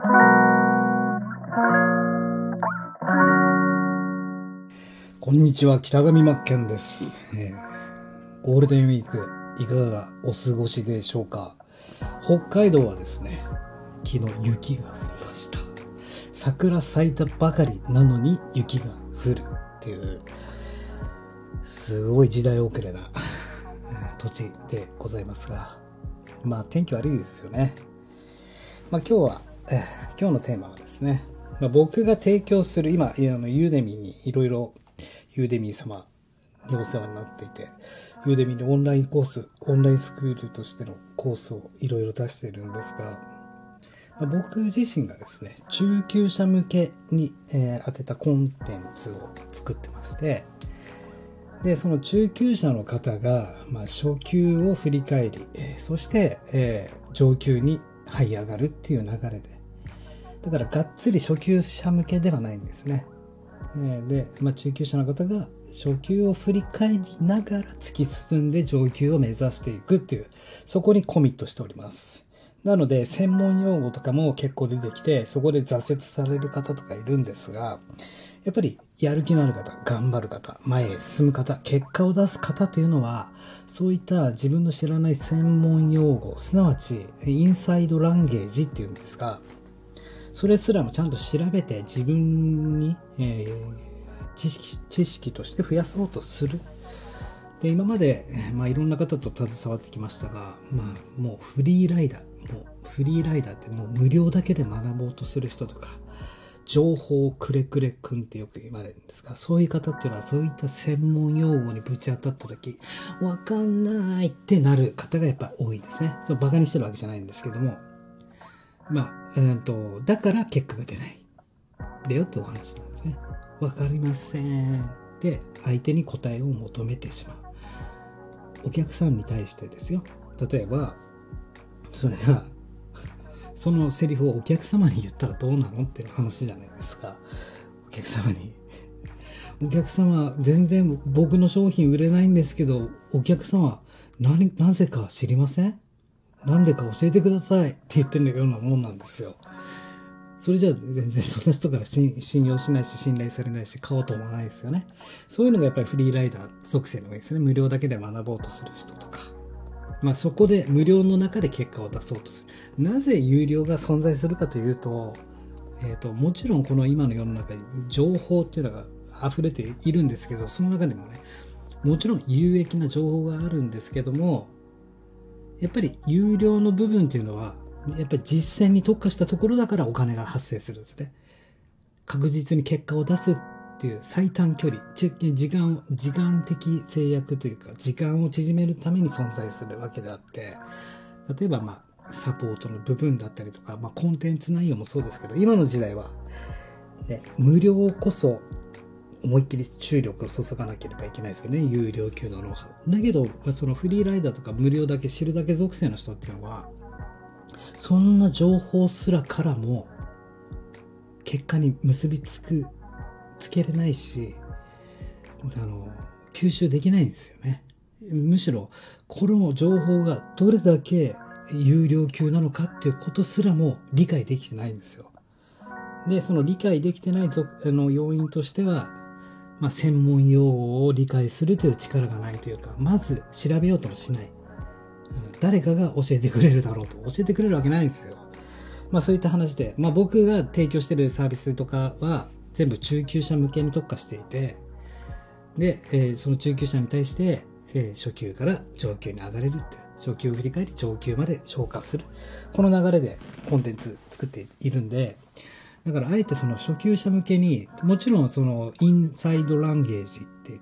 こんにちは、北上真剣です。ゴールデンウィークいかがお過ごしでしょうか。北海道はですね、昨日雪が降りました。桜咲いたばかりなのに雪が降るっていうすごい時代遅れな土地でございますが、天気悪いですよね。今日のテーマはですね、僕が提供する今ユーデミにいろいろユーデミー様にお世話になっていて、ユーデミーのオンラインスクールとしてのコースをいろいろ出しているんですが、僕自身がですね、中級者向けに、当てたコンテンツを作ってまして、で、その中級者の方が、初級を振り返り、そして、上級に這い上がるっていう流れで、だからがっつり初級者向けではないんですね。で、中級者の方が初級を振り返りながら突き進んで上級を目指していくっていう、そこにコミットしております。なので、専門用語とかも結構出てきて、そこで挫折される方とかいるんですが、やっぱりやる気のある方、頑張る方、前へ進む方、結果を出す方というのは、そういった自分の知らない専門用語、すなわちインサイドランゲージっていうんですが、それすらもちゃんと調べて自分に、知識として増やそうとする。で、今まで、いろんな方と携わってきましたが、もうフリーライダーってもう無料だけで学ぼうとする人とか、情報くれくれくんってよく言われるんですが、そういう方っていうのはそういった専門用語にぶち当たった時、わかんないってなる方がやっぱ多いですね。バカにしてるわけじゃないんですけども、だから結果が出ないだよってお話なんですね。わかりませんって相手に答えを求めてしまう。お客さんに対してですよ。例えばそれがそのセリフをお客様に言ったらどうなのっていう話じゃないですか。お客様全然僕の商品売れないんですけど、お客様なぜか知りません？なんでか教えてくださいって言ってるようなもんなんですよ。それじゃあ全然そんな人から信用しないし信頼されないし買おうと思わないですよね。そういうのがやっぱりフリーライダー属性の多いですね。無料だけで学ぼうとする人とか。そこで無料の中で結果を出そうとする。なぜ有料が存在するかというと、もちろんこの今の世の中に情報っていうのが溢れているんですけど、その中でもね、もちろん有益な情報があるんですけども、やっぱり有料の部分っていうのはやっぱり実践に特化したところだからお金が発生するんですね。確実に結果を出すっていう最短距離、時間的制約というか時間を縮めるために存在するわけであって、例えばサポートの部分だったりとか、コンテンツ内容もそうですけど、今の時代は、無料こそ思いっきり注力を注がなければいけないですけどね、有料級のノウハウだけど、そのフリーライダーとか無料だけ知るだけ属性の人っていうのはそんな情報すらからも結果に結びつけれないし、吸収できないんですよね。むしろこの情報がどれだけ有料級なのかっていうことすらも理解できてないんですよ。で、その理解できてない要因としては、専門用語を理解するという力がないというか、まず調べようともしない。誰かが教えてくれるだろうと。教えてくれるわけないんですよ。そういった話で、僕が提供しているサービスとかは全部中級者向けに特化していて、で、その中級者に対して、初級から上級に上がれるっていう、初級を振り返り上級まで昇華する、この流れでコンテンツ作っているんで、だからあえてその初級者向けに、もちろんそのインサイドランゲージって言って、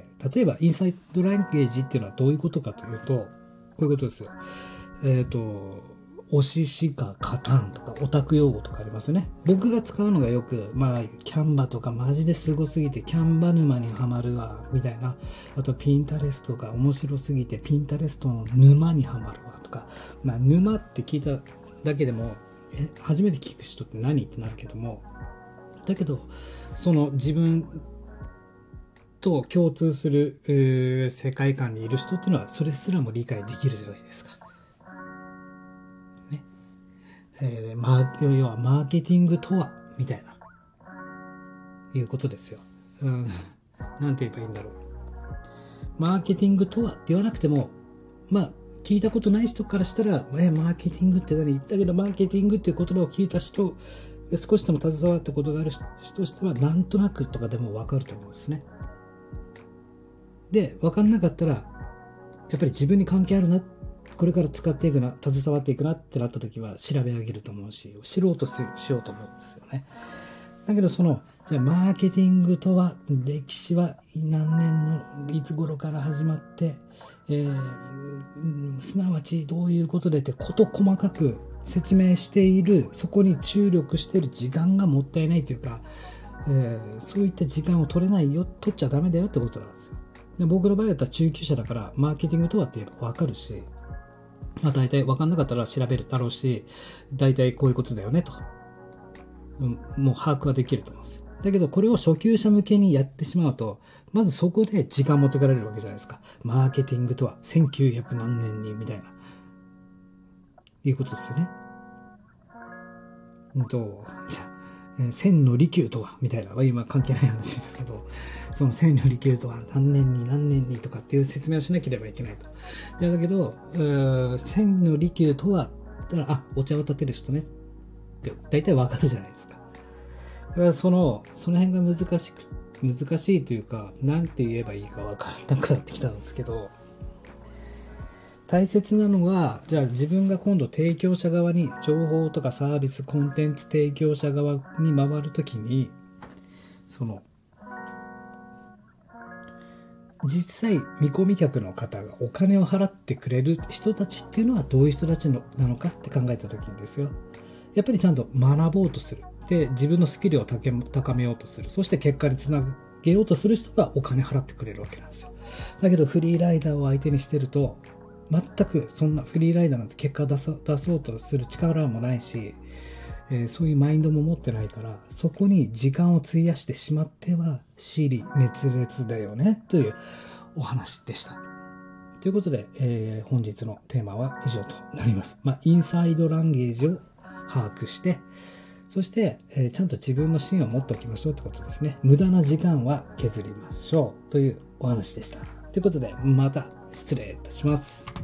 例えばインサイドランゲージっていうのはどういうことかというと、こういうことですよ。推ししか勝たんとかオタク用語とかありますよね。僕が使うのがよく、キャンバとかマジですごすぎてキャンバ沼にはまるわみたいな、あとピンタレストが面白すぎてピンタレストの沼にはまるわとか、沼って聞いただけでも初めて聞く人って何ってなるけども、だけどその自分と共通する世界観にいる人っていうのはそれすらも理解できるじゃないですか。 要はマーケティングとはみたいないうことですよ。なんて言えばいいんだろう。マーケティングとはって言わなくても、聞いたことない人からしたら、マーケティングって何？だけどマーケティングっていう言葉を聞いた人、少しでも携わったことがある人としては、なんとなくとかでも分かると思うんですね。で、分かんなかったら、やっぱり自分に関係あるな、これから使っていくな、携わっていくなってなった時は調べ上げると思うし、知ろうとしようと思うんですよね。だけどじゃあマーケティングとは、歴史は何年のいつ頃から始まって、すなわちどういうことでって事細かく説明している、そこに注力している時間がもったいないというか、そういった時間を取れないよ、取っちゃダメだよってことなんですよ。で、僕の場合だったら中級者だから、マーケティングとはって言えば分かるし、大体分かんなかったら調べるだろうし、大体こういうことだよねと、もう把握はできると思うんですよ。だけどこれを初級者向けにやってしまうと、まずそこで時間持ってかれるわけじゃないですか。マーケティングとは1900何年にみたいないうことですよね。じゃあ千の利休とはみたいな、今関係ない話ですけど、その千の利休とは何年に何年にとかっていう説明をしなければいけないと。だけど千の利休とはだからお茶を立てる人ねって大体わかるじゃないですか。だからその辺が難しいというか、なんて言えばいいか分からなくなってきたんですけど、大切なのは、じゃあ自分が今度提供者側に、情報とかサービスコンテンツ提供者側に回るときに、実際見込み客の方がお金を払ってくれる人たちっていうのはどういう人たちなのかって考えたときにですよ、やっぱりちゃんと学ぼうとする。で、自分のスキルを高めようとする。そして結果につなげようとする人がお金払ってくれるわけなんですよ。だけどフリーライダーを相手にしてると、全くそんなフリーライダーなんて結果出そうとする力もないし、そういうマインドも持ってないから、そこに時間を費やしてしまっては支離滅裂だよねというお話でした。ということで、本日のテーマは以上となります。インサイドランゲージを把握して、そして、ちゃんと自分の芯を持っておきましょうってことですね。無駄な時間は削りましょうというお話でした。ということで、また失礼いたします。